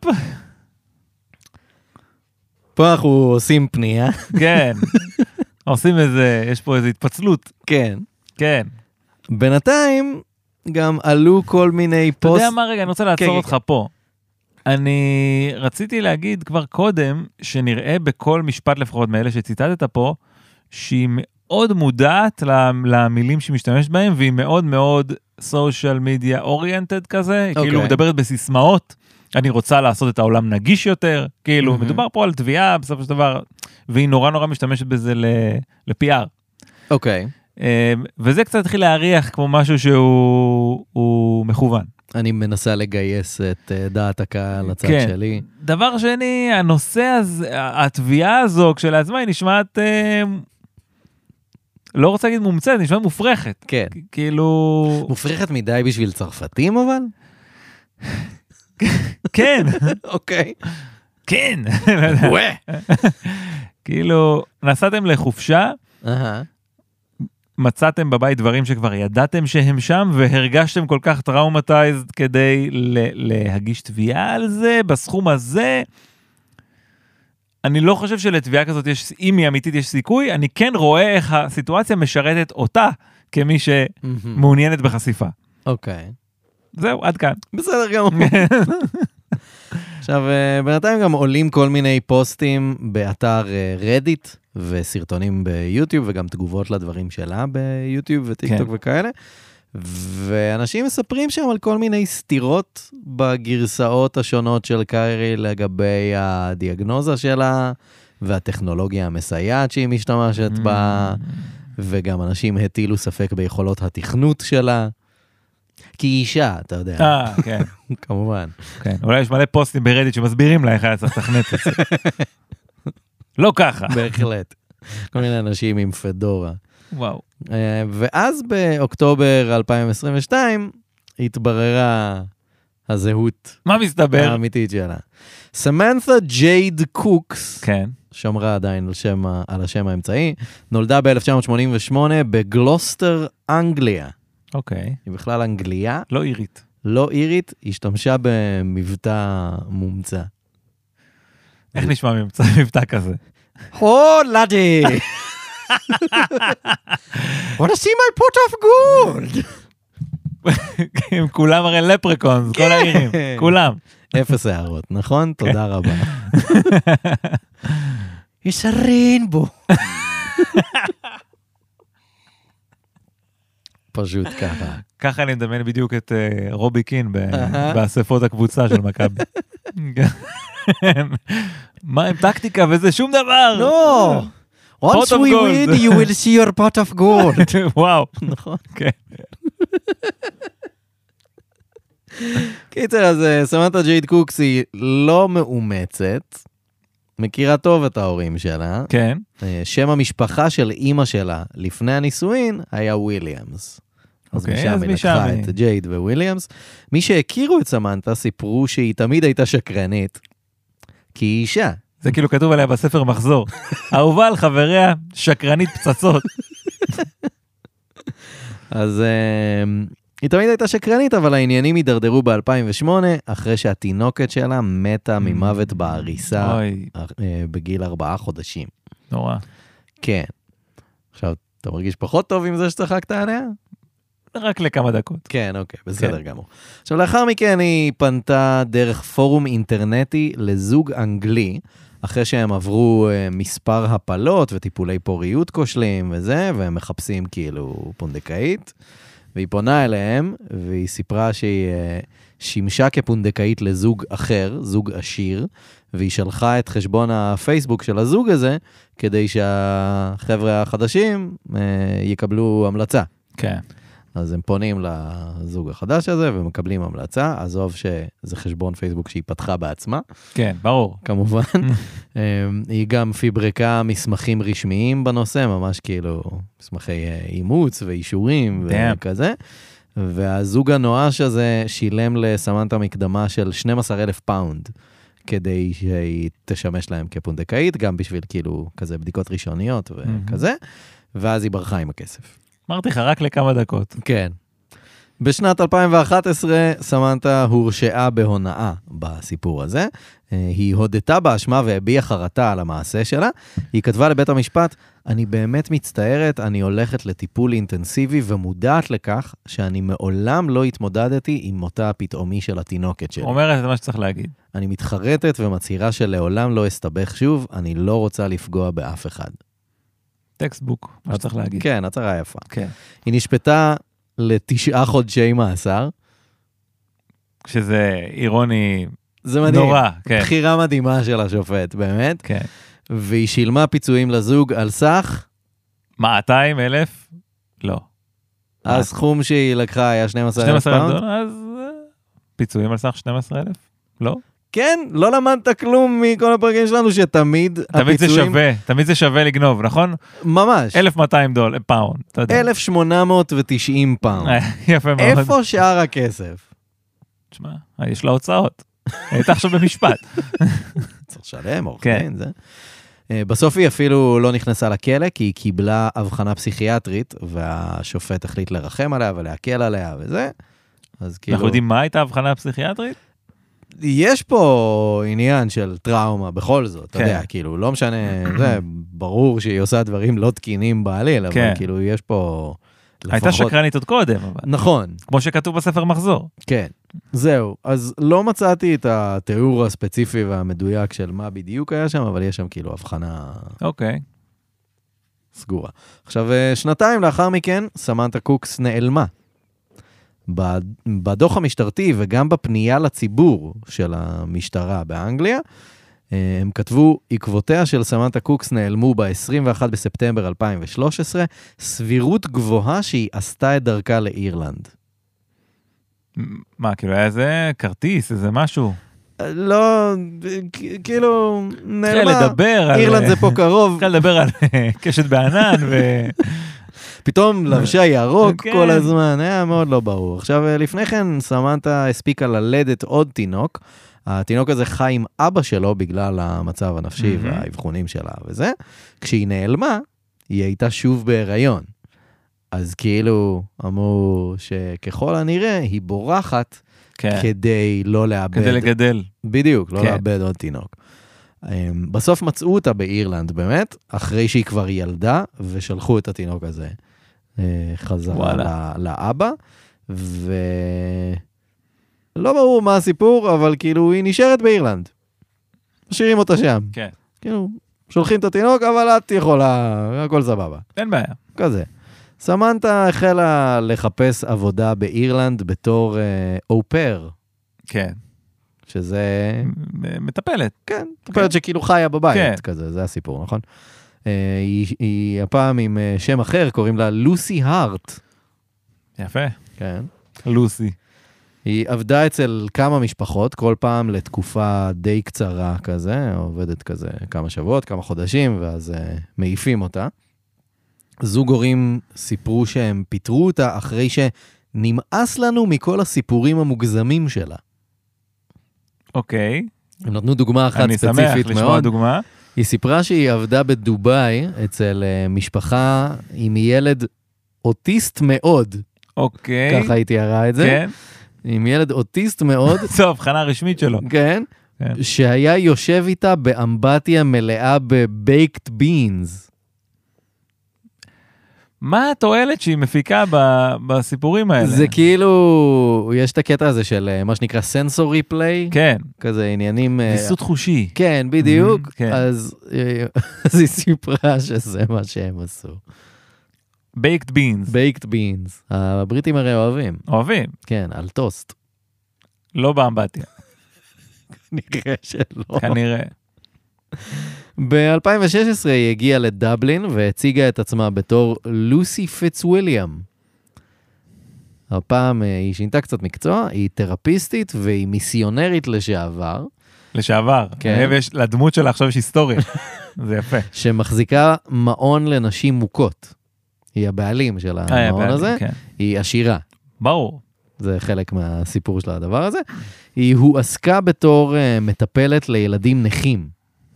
פה אנחנו עושים פנייה. כן. עושים יש פה איזו התפצלות. כן. כן. בינתיים, גם עלו כל מיני פוסט... אתה יודע מה רגע, אני רוצה לעצור אותך פה. אני רציתי להגיד כבר קודם, שנראה בכל משפט לפחות מאלה שציטטת פה, שהיא מאוד מודעת למילים שהיא משתמשת בהם, והיא מאוד מאוד social media oriented כזה, כאילו מדברת בסיסמאות, אני רוצה לעשות את העולם נגיש יותר, כאילו מדובר פה על תביעה בסופו של דבר, והיא נורא נורא משתמשת בזה ל-PR. אוקיי. וזה קצת התחיל להריח כמו משהו שהוא מכוון. אני מנסה לגייס את דעת הקהל לצד שלי. דבר שני, הנושא הזה, התביעה הזו כשלעצמה היא נשמעת, לא רוצה להגיד מומצאת, נשמעת מופרכת. כן. כאילו... מופרכת מדי בשביל צרפתים אבל? כן. אוקיי. כן. כאילו, נסעתם לחופשה, מצאתם בבית דברים שכבר ידעתם שהם שם, והרגשתם כל כך טראומטייזד כדי להגיש תביעה על זה, בסכום הזה. אני לא חושב שלתביעה כזאת יש, אם היא אמיתית יש סיכוי, אני כן רואה איך הסיטואציה משרתת אותה, כמי שמעוניינת בחשיפה. אוקיי. זהו, עד כאן. בסדר גמור. עכשיו, בינתיים גם עולים כל מיני פוסטים באתר רדיט, וסרטונים ביוטיוב, וגם תגובות לדברים שלה ביוטיוב וטיקטוק וכאלה, ואנשים מספרים שם על כל מיני סתירות בגרסאות השונות של קיירי לגבי הדיאגנוזה שלה, והטכנולוגיה המסייעת שהיא משתמשת בה, וגם אנשים הטילו ספק ביכולות התכנות שלה, כי היא אישה, אתה יודע. כן. כמובן. כן, אולי יש מלא פוסטים ברדיט שמסבירים לה איך היה צריך לתכנת את זה. לא ככה. בהחלט. כל מיני אנשים עם פדורה. וואו. ואז באוקטובר 2022 התבררה הזהות. מה מסתבר? האמיתית שלה. סמנתה ג'ייד קוקס, כן. שמרה עדיין על השם האמצעי, נולדה ב-1988 בגלוסטר, אנגליה. אוקיי. היא בכלל אנגליה. לא אירית. לא אירית, השתמשה במבטא מומצא. איך נשמע מבטא כזה? Oh, laddie! Want to see my pot of gold? הם כולם הרי לפרקונס, כל האירים, כולם. 0 הערות, נכון? תודה רבה. It's a rainbow. פשוט ככה. ככה אני מדמיין בדיוק את רובי קין באספות הקבוצה של מכבי. מה עם טקטיקה וזה שום דבר? לא. Once we win, you will see your pot of gold. וואו. נכון. כן. קיצר, אז סמנתה ג'ייד קוקס היא לא מאומצת, מכירה טוב את ההורים שלה. כן. שם המשפחה של אימא שלה לפני הנישואין היה וויליאמס. אז משם היא לקחה את ג'ייד וויליאמס. מי שהכירו את סמנתה סיפרו שהיא תמיד הייתה שקרנית, כי היא אישה. זה כאילו כתוב עליה בספר מחזור. אהובה על חבריה, שקרנית פצצות. אז היא תמיד הייתה שקרנית, אבל העניינים הידרדרו ב-2008, אחרי שהתינוקת שלה מתה ממוות בעריסה בגיל 4 חודשים. נורא. כן. עכשיו, אתה מרגיש פחות טוב עם זה שצחקת עליה? רק לכמה דקות. כן, אוקיי, בסדר גמור. עכשיו, לאחר מכן היא פנתה דרך פורום אינטרנטי לזוג אנגלי, אחרי שהם עברו מספר הפלות וטיפולי פוריות כושלים וזה, והם מחפשים כאילו פונדקאית, והיא פונה אליהם, והיא סיפרה שהיא שימשה כפונדקאית לזוג אחר, זוג עשיר, והיא שלחה את חשבון הפייסבוק של הזוג הזה, כדי שהחבר'ה החדשים יקבלו המלצה. כן. אז הם פונים לזוג החדש הזה ומקבלים המלצה, עזוב שזה חשבון פייסבוק שהיא פתחה בעצמה. כן, ברור. כמובן. היא גם פיברקה מסמכים רשמיים בנושא, ממש כאילו מסמכי אימוץ ואישורים וכזה. והזוג הנואש הזה שילם לסמנטה מקדמה של 12,000 פאונד, כדי שהיא תשמש להם כפונדקאית, גם בשביל כאילו כזה בדיקות ראשוניות וכזה, ואז היא ברחה עם הכסף. אמרתי לך, רק לכמה דקות. כן. בשנת 2011, סמנטה הורשעה בהונאה בסיפור הזה. היא הודתה באשמה והביעה חרטה על המעשה שלה. היא כתבה לבית המשפט, אני באמת מצטערת, אני הולכת לטיפול אינטנסיבי ומודעת לכך שאני מעולם לא התמודדתי עם מותה הפתאומי של התינוקת שלי. אומרת את מה שצריך להגיד. אני מתחרטת ומצהירה שלעולם לא אסתבך שוב, אני לא רוצה לפגוע באף אחד. טקסטבוק, מה שצריך להגיד. כן, הצהרה יפה. כן. היא נשפטה ל9 חודשי מאסר. שזה אירוני זה מדהים. נורא, כן. בחירה מדהימה של השופט, באמת. כן. והיא שילמה פיצויים לזוג על סך? 200,000? לא. הסכום שהיא לקחה היה 12,000 פאונד? אז פיצויים על סך 12,000? לא? כן, לא למדת כלום מכל הפרקים שלנו, שתמיד הפיצויים... תמיד זה שווה לגנוב, נכון? ממש. 1,200 פאונד, אתה יודע. 1,890 פאונד. יפה מאוד. איפה שאר הכסף? תשמע, יש לה הוצאות. הייתה עכשיו במשפט. צריך לשלם, עורך דין, זה. בסוף היא אפילו לא נכנסה לכלא, כי היא קיבלה הבחנה פסיכיאטרית, והשופט החליט לרחם עליה ולהקל עליה וזה. אנחנו יודעים מה הייתה ההבחנה הפסיכיאטרית? יש פה עניין של טראומה בכל זאת, אתה יודע, כאילו, לא משנה, זה ברור שהיא עושה דברים לא תקינים בעליל, אבל כאילו, יש פה... הייתה שקרנית עוד קודם, אבל... נכון. כמו שכתוב בספר מחזור. כן, זהו. אז לא מצאתי את התיאור הספציפי והמדויק של מה בדיוק היה שם, אבל יש שם כאילו הבחנה... אוקיי. סגורה. עכשיו, 2 לאחר מכן, סמנטה קוקס נעלמה. בדוח המשטרתי וגם בפנייה לציבור של המשטרה באנגליה, הם כתבו, עקבותיה של סמנטה קוקס נעלמו ב-21 בספטמבר 2013, סבירות גבוהה שהיא עשתה את דרכה לאירלנד. מה, כאילו היה איזה כרטיס, איזה משהו? לא, כאילו, נעלמה. צריך לדבר על... אירלנד זה פה קרוב. צריך לדבר על קשת בענן ו... פתאום לבשה ירוק כל הזמן, היה מאוד לא ברור. עכשיו, לפני כן, סמנטה הספיקה ללדת עוד תינוק. התינוק הזה חי עם אבא שלו בגלל המצב הנפשי והאבחונים שלה וזה. כשהיא נעלמה, היא הייתה שוב בהיריון. אז כאילו אמרו שככל הנראה היא בורחת כדי לא לאבד. כדי לגדל. בדיוק, לא לאבד עוד תינוק. בסוף מצאו אותה באירלנד באמת, אחרי שהיא כבר ילדה, ושלחו את התינוק הזה חזרה לאבא, ולא ברור מה הסיפור, אבל כאילו היא נשארת באירלנד. משאירים אותה שם. כן. כאילו, שולחים את התינוק, אבל את יכולה, הכל סבבה. אין בעיה. כזה. סמנטה החלה לחפש עבודה באירלנד בתור אופר. כן. שזה... מטפלת. כן, מטפלת שכאילו חיה בבית, כזה, זה הסיפור, נכון? היא הפעם עם שם אחר, קוראים לה לוסי הארט. יפה. כן. לוסי. היא עבדה אצל כמה משפחות, כל פעם לתקופה די קצרה כזה, עובדת כזה כמה שבועות, כמה חודשים, ואז מעיפים אותה. זוג הורים סיפרו שהם פיטרו אותה אחרי שנמאס לנו מכל הסיפורים המוגזמים שלה. אוקיי. הם נתנו דוגמה אחת ספציפית מאוד. אני שמח לשמוע דוגמה. היא סיפרה שהיא עבדה בדוביי אצל משפחה עם ילד אוטיסט מאוד. אוקיי. ככה היא תיארה את זה. כן. עם ילד אוטיסט מאוד. זו הבחנה רשמית שלו. כן. שהיה יושב איתה באמבטיה מלאה בבייקט בינס. מה התועלת שהיא מפיקה בסיפורים האלה? זה כאילו, יש את הקטע הזה של מה שנקרא סנסורי פליי. כן. כזה עניינים... ויסות חושי. כן, בדיוק. כן. אז היא סיפרה שזה מה שהם עשו. בייקט בינס. בייקט בינס. הבריטים הרי אוהבים. אוהבים. כן, על טוסט. לא באמבטיה. נראה שלא. כנראה. ב-2016 היא הגיעה לדבלין והציגה את עצמה בתור לוסי פיטסוויליאם. הפעם היא שינתה קצת מקצוע, היא תרפיסטית והיא מיסיונרית לשעבר. לשעבר. כן. ויש לדמות שלה עכשיו יש היסטוריה. זה יפה. שמחזיקה מעון לנשים מוכות. היא הבעלים של המעון הזה. כן. היא עשירה. ברור. זה חלק מהסיפור של הדבר הזה. היא הועסקה בתור מטפלת לילדים נכים.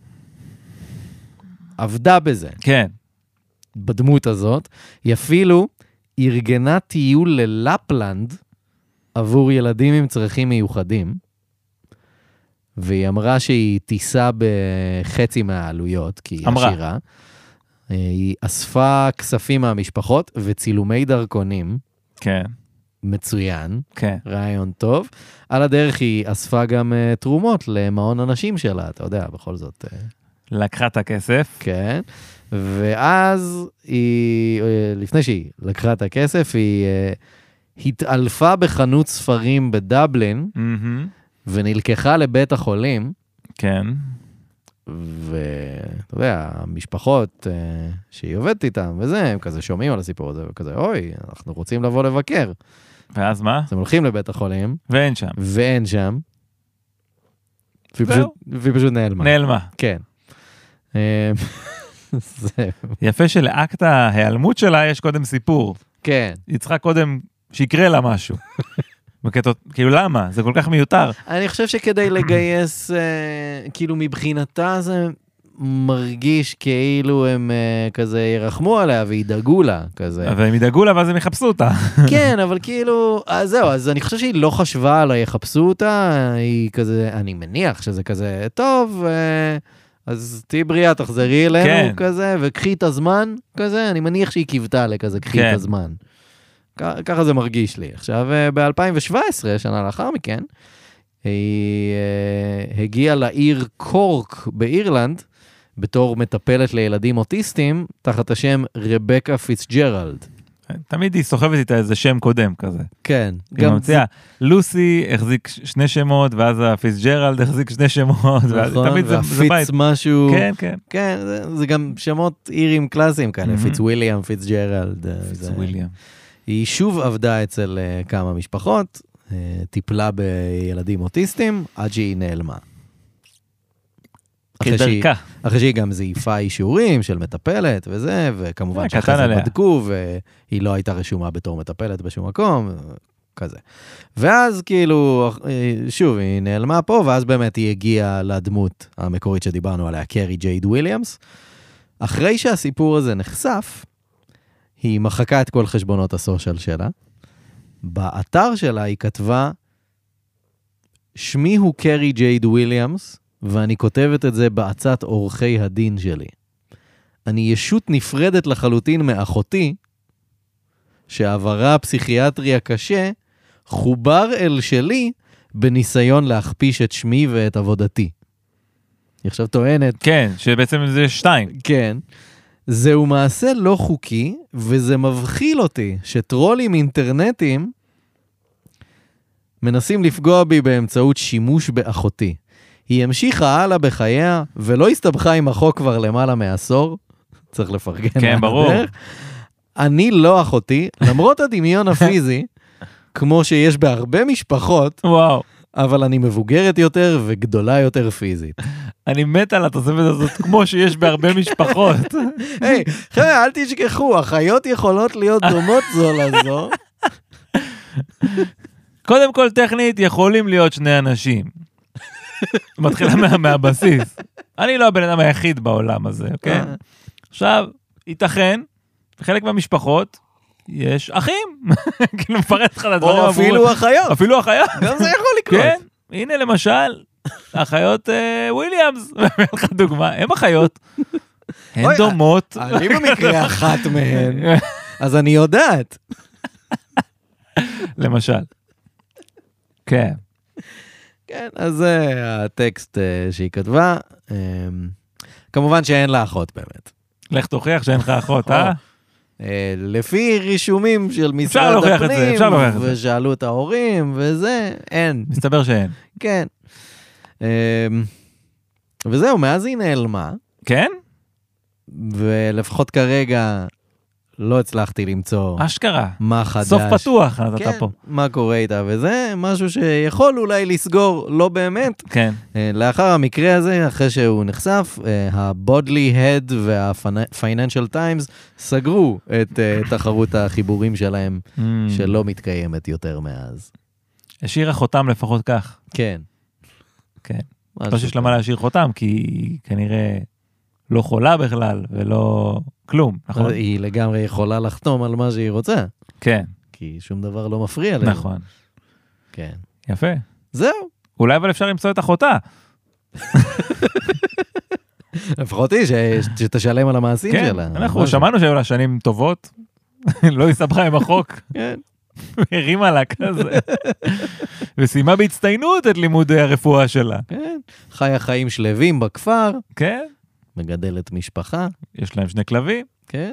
עבדה בזה. כן. בדמות הזאת. היא אפילו ארגנה טיול ללפלנד עבור ילדים עם צרכים מיוחדים. והיא אמרה שהיא טיסה בחצי מהעלויות, כי היא עשירה. היא אספה כספים מהמשפחות וצילומי דרכונים. כן. מצוין. כן. רעיון טוב. על הדרך היא אספה גם תרומות למעון הנשים שלה, אתה יודע, בכל זאת. לקחה את הכסף. כן. ואז היא, לפני שהיא לקחה את הכסף, היא התעלפה בחנות ספרים בדבלין, ונלקחה לבית החולים. כן. ואתה יודע, המשפחות שהיא עובדת איתם, וזה, הם כזה שומעים על הסיפור הזה, וכזה, אוי, אנחנו רוצים לבוא לבקר. ואז מה? אז הם הולכים לבית החולים. ואין שם. ואין שם. והיא פשוט נעלמה. נעלמה. כן. יפה שלאקט ההיעלמות שלה יש קודם סיפור. כן. היא צריכה קודם שיקרה לה משהו. כאילו למה? זה כל כך מיותר. אני חושב שכדי לגייס, כאילו מבחינתה זה מרגיש כאילו הם כזה ירחמו עליה וידאגו לה, כזה. והם ידאגו לה ואז הם יחפשו אותה. כן, אבל כאילו, זהו, אז אני חושב שהיא לא חשבה על יחפשו אותה, היא כזה, אני מניח שזה כזה, טוב, אז תהי בריאה, תחזרי אלינו כזה, וקחי את הזמן כזה, אני מניח שהיא קיוותה לכזה, קחי את הזמן. ככה זה מרגיש לי. עכשיו, ב-2017, שנה לאחר מכן, היא הגיעה לעיר קורק באירלנד, בתור מטפלת לילדים אוטיסטים, תחת השם רבקה פיצג'רלד. תמיד היא סוחבת איתה איזה שם קודם כזה. כן. היא ממציאה, לוסי החזיק 2 שמות, ואז הפיצג'רלד החזיק 2 שמות, נכון, והפיץ משהו. כן, כן. כן, זה גם שמות אירים קלאסיים כאלה, פיץ וויליאם, פיצג'רלד. פיץ וויליאם. היא שוב עבדה אצל כמה משפחות, טיפלה בילדים אוטיסטים, עד שהיא נעלמה. כדרכה. אחרי שהיא גם זייפה אישורים של מטפלת וזה, וכמובן שאחרי זה בדקו, והיא לא הייתה רשומה בתור מטפלת בשום מקום, כזה. ואז כאילו, שוב, היא נעלמה פה, ואז באמת היא הגיעה לדמות המקורית שדיברנו עליה, קרי ג'ייד וויליאמס. אחרי שהסיפור הזה נחשף, היא מחקה את כל חשבונות הסושיאל שלה. באתר שלה היא כתבה, שמי הוא קרי ג'ייד וויליאמס, ואני כותבת את זה בעצת עורכי הדין שלי. אני ישות נפרדת לחלוטין מאחותי, שעברה פסיכיאטרי הקשה, חובר אל שלי, בניסיון להכפיש את שמי ואת עבודתי. היא עכשיו טוענת. כן, שבעצם זה 2. כן. זהו מעשה לא חוקי, וזה מבחיל אותי שטרולים אינטרנטיים מנסים לפגוע בי באמצעות שימוש באחותי. היא המשיכה הלאה בחייה, ולא הסתבכה עם החוק כבר למעלה מעשור. צריך לפרגן. כן, ברור. אני לא אחותי, למרות הדמיון הפיזי, כמו שיש בהרבה משפחות, וואו. אבל אני מבוגרת יותר וגדולה יותר פיזית. אני מת על התוספת הזאת, כמו שיש בהרבה משפחות. היי, חבר'ה, אל תשכחו, החיות יכולות להיות דומות זו לזו. קודם כל, טכנית, יכולים להיות 2 אנשים. מתחילה מהבסיס. אני לא הבן אדם היחיד בעולם הזה, אוקיי? עכשיו, ייתכן, חלק מהמשפחות יש אחים, כאילו מפרט לך לדברים. או אפילו אחיות. אפילו אחיות. גם זה יכול לקרות. כן, הנה למשל, אחיות וויליאמס, מביא לך דוגמה, הם אחיות. הן דומות. אני במקרה אחת מהן, אז אני יודעת. למשל. כן. כן, אז זה הטקסט שהיא כתבה. כמובן שאין לה אחות באמת. לך תוכיח שאין לך אחות, אה? לפי רישומים של משרד הפנים, ושאלו את ההורים, וזה, אין. מסתבר שאין. כן. וזהו, מאז היא נעלמה. כן? ולפחות כרגע לא הצלחתי למצוא אשכרה. מה חדש. סוף פתוח, אתה פה. מה קורה איתה, וזה משהו שיכול אולי לסגור, לא באמת. כן. לאחר המקרה הזה, אחרי שהוא נחשף, ה-Bodley Head וה-Financial Times סגרו את תחרות החיבורים שלהם, שלא מתקיימת יותר מאז. השאירה חותם לפחות כך. כן. כן. לא שיש לה מה להשאיר חותם, כי כנראה לא חולה בכלל, ולא כלום, נכון? היא לגמרי יכולה לחתום על מה שהיא רוצה. כן. כי שום דבר לא מפריע להם. נכון. כן. יפה. זהו. אולי אבל אפשר למצוא את אחותה. לפחות היא שתשלם על המעשים שלה. כן, אנחנו שמענו שהיו לה שנים טובות, לא הסתבכה עם החוק. כן. הרימה לה כזה. וסיימה בהצטיינות את לימודי הרפואה שלה. כן. חיה חיים שלווים בכפר. כן. מגדלת משפחה. יש להם 2 כלבים. כן.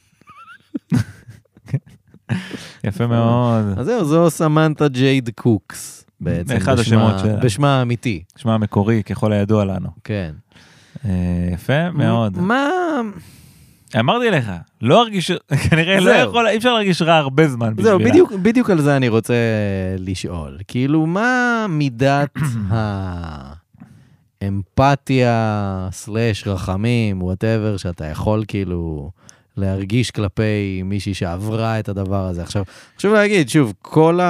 יפה מאוד. אז זהו, זו סמנתה ג'ייד קוקס. בעצם. אחד השמות שלה. בשמה האמיתי. שמה המקורי, ככל הידוע לנו. כן. יפה מאוד. מה... אמרתי לך, לא הרגיש, כנראה לא יכול, אי אפשר להרגיש רע הרבה זמן בשבילה. זהו, בדיוק על זה אני רוצה לשאול. כאילו, מה מידת האמפתיה, סלש רחמים, whatever, שאתה יכול כאילו להרגיש כלפי מישהי שעברה את הדבר הזה. עכשיו, חשוב להגיד, שוב, כל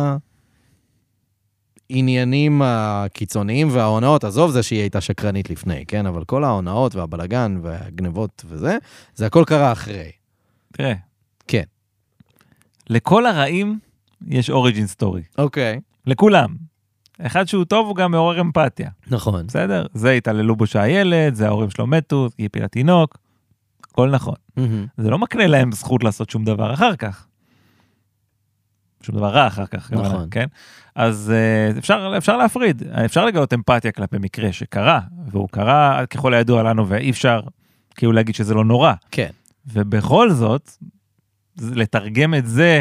העניינים הקיצוניים וההונאות, עזוב זה שהיא הייתה שקרנית לפני, כן? אבל כל ההונאות והבלגן והגנבות וזה, זה הכל קרה אחרי. תראה. כן. לכל הרעים יש אוריג'ין סטורי. אוקיי. לכולם. אחד שהוא טוב הוא גם מעורר אמפתיה. נכון. בסדר? זה התעללו בו שהילד, זה ההורים שלו מתו, היא הפילה תינוק, הכל נכון. זה לא מקנה להם זכות לעשות שום דבר אחר כך. שום דבר רע אחר כך. נכון. כן? אז אפשר להפריד, אפשר לגלות אמפתיה כלפי מקרה שקרה, והוא קרה ככל הידוע לנו, ואי אפשר כאילו להגיד שזה לא נורא. כן. ובכל זאת, לתרגם את זה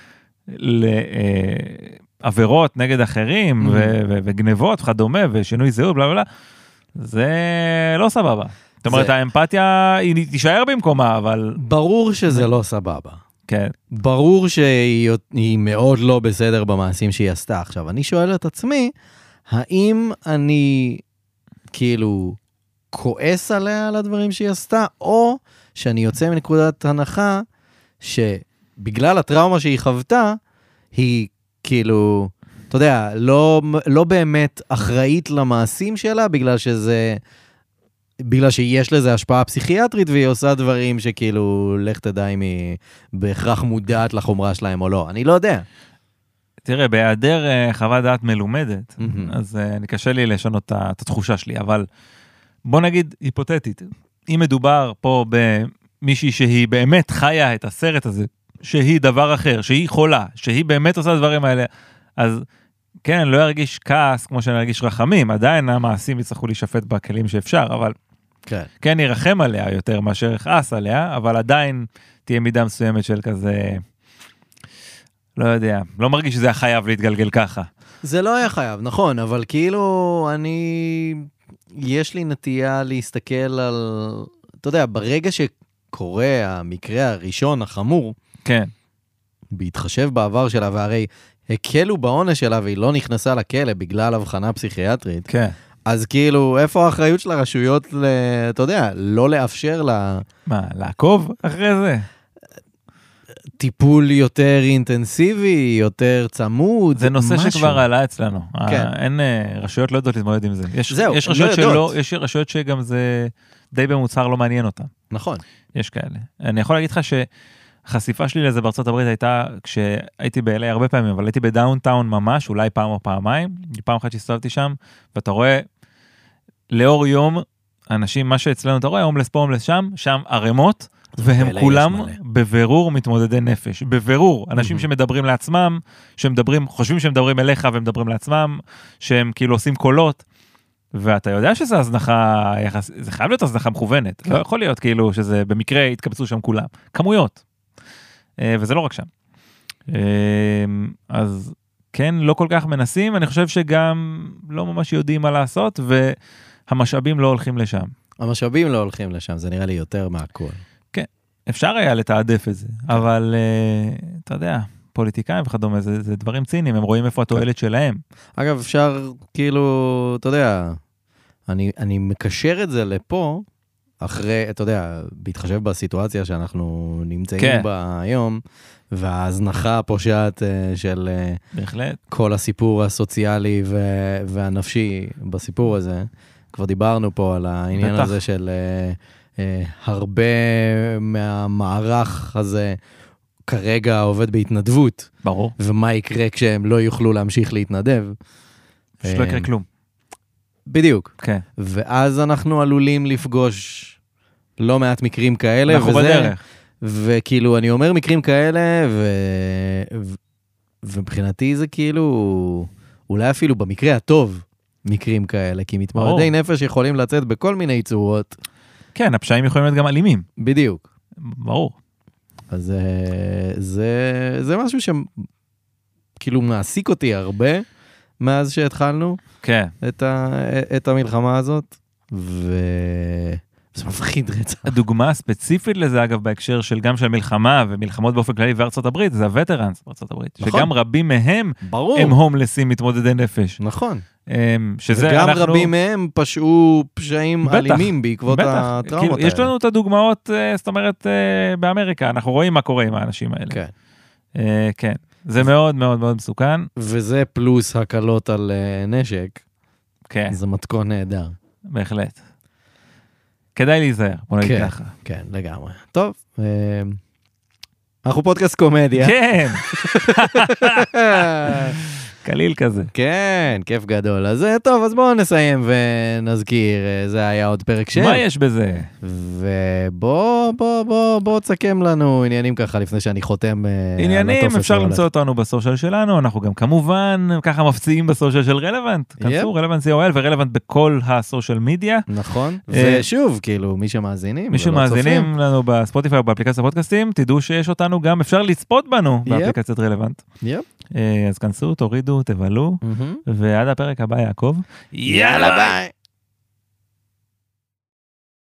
לעבירות נגד אחרים, וגנבות וכדומה, ושינוי זהות, בלה בלה, זה לא סבבה. זאת אומרת, האמפתיה היא תישאר במקומה, אבל... ברור שזה לא סבבה. כן. ברור שהיא מאוד לא בסדר במעשים שהיא עשתה. עכשיו, אני שואל את עצמי, האם אני כאילו כועס עליה על הדברים שהיא עשתה, או שאני יוצא מנקודת הנחה שבגלל הטראומה שהיא חוותה, היא כאילו, אתה יודע, לא באמת אחראית למעשים שלה, בגלל שיש לזה השפעה פסיכיאטרית, והיא עושה דברים שכאילו, לך תדע אם היא בהכרח מודעת לחומרה שלהם או לא. אני לא יודע. תראה, בהיעדר חוות דעת מלומדת, אז אני קשה לי לשנות את התחושה שלי, אבל בוא נגיד היפותטית, אם מדובר פה במישהי שהיא באמת חיה את הסרט הזה, שהיא דבר אחר, שהיא חולה, שהיא באמת עושה דברים האלה, אז כן, לא ירגיש כעס כמו שאני ארגיש רחמים, עדיין המעשים יצטרכו להישפט בכלים שאפשר, אבל כן ירחם עליה יותר מאשר יכעס עליה, אבל עדיין תהיה מידה מסוימת של כזה, לא יודע, לא מרגיש שזה היה חייב להתגלגל ככה. זה לא היה חייב, נכון, אבל כאילו יש לי נטייה להסתכל על, אתה יודע, ברגע שקורה המקרה הראשון החמור, כן. בהתחשב בעבר שלה, והרי הקלו בעונש שלה והיא לא נכנסה לכלא בגלל הבחנה פסיכיאטרית. כן. אז כאילו, איפה האחריות של הרשויות, אתה יודע, לא לאפשר לה... מה, לעקוב אחרי זה? טיפול יותר אינטנסיבי, יותר צמוד, זה נושא משהו. שכבר עלה אצלנו. כן. אין, רשויות לא יודעות להתמודד עם זה. זהו, יש רשויות שלא, יש רשויות שגם זה די במוצהר לא מעניין אותם. נכון. יש כאלה. אני יכול להגיד לך החשיפה שלי לזה בארצות הברית הייתה כשהייתי ב-LA הרבה פעמים, אבל הייתי בדאונטאון ממש, אולי פעם או פעמיים, פעם אחת שהסתובבתי שם, ואתה רואה לאור יום, אנשים, מה שאצלנו אתה רואה, הומלס פה, הומלס שם ערימות, והם כולם בבירור מתמודדי נפש, בבירור, אנשים שמדברים לעצמם, חושבים שהם מדברים אליך ומדברים לעצמם, שהם כאילו עושים קולות, ואתה יודע שזה הזנחה, זה חייב להיות הזנחה מכוונת, לא יכול להיות כאילו שזה במקרה התקבצו שם כולם, כמויות, וזה לא רק שם. אז כן, לא כל כך מנסים, אני חושב שגם לא ממש יודעים מה לעשות, והמשאבים לא הולכים לשם. המשאבים לא הולכים לשם, זה נראה לי יותר מהכל. כן, אפשר היה לתעדף את זה, אבל אתה יודע, פוליטיקאים וכדומה, זה דברים ציניים, הם רואים איפה התועלת שלהם. אגב, אפשר כאילו, אתה יודע, אני מקשר את זה לפה, אחרי, אתה יודע, בהתחשב בסיטואציה שאנחנו נמצאים בה היום, וההזנחה הפושעת של כל הסיפור הסוציאלי והנפשי בסיפור הזה, כבר דיברנו פה על העניין הזה של הרבה מהמערך הזה כרגע עובד בהתנדבות. ברור. ומה יקרה כשהם לא יוכלו להמשיך להתנדב. שלא יקרה כלום. בדיוק. כן. ואז אנחנו עלולים לפגוש לא מעט מקרים כאלה. אנחנו בדרך. וכאילו, אני אומר מקרים כאלה, ומבחינתי זה כאילו, אולי אפילו במקרה הטוב, מקרים כאלה, כי מתמודדי נפש יכולים לצאת בכל מיני צורות. כן, הפשעים יכולים להיות גם אלימים. בדיוק. ברור. אז זה משהו שכאילו מעסיק אותי הרבה, מאז שהתחלנו את המלחמה הזאת, וזה מפחיד רצח. הדוגמה הספציפית לזה, אגב, בהקשר של גם של מלחמה, ומלחמות באופן כללי בארצות הברית, זה הווטרנס בארצות הברית, שגם רבים מהם הם הומלסים מתמודדי נפש. נכון. וגם רבים מהם פשעו פשעים אלימים בעקבות הטראומות האלה. יש לנו את הדוגמאות, זאת אומרת, באמריקה, אנחנו רואים מה קורה עם האנשים האלה. כן. כן. זה מאוד מאוד מאוד מסוכן. וזה פלוס הקלות על נשק. כן. זה מתכון נהדר. בהחלט. כדאי להיזהר, בוא נגיד ככה. כן, לגמרי. טוב, אנחנו פודקאסט קומדיה. כן. קליל כזה. כן, כיף גדול. אז טוב, אז בואו נסיים ונזכיר, זה היה עוד פרק שם. מה יש בזה? ובוא תסכם לנו עניינים ככה, לפני שאני חותם עניינים, אפשר למצוא אותנו בסושיאל שלנו, אנחנו גם כמובן ככה מפציעים בסושיאל של רלוונט. כנסו, רלוונט COL ורלוונט בכל הסושיאל מדיה. נכון. ושוב, כאילו, מי שמאזינים. מי שמאזינים לנו בספוטיפיי או באפליקציית הפודקאסטים, תדעו שיש אותנו גם, אפשר לצפות בנו באפליקציית רלוונט. אז כנסו, תורידו, תבלו, ועד הפרק הבא, יעקב. יאללה ביי!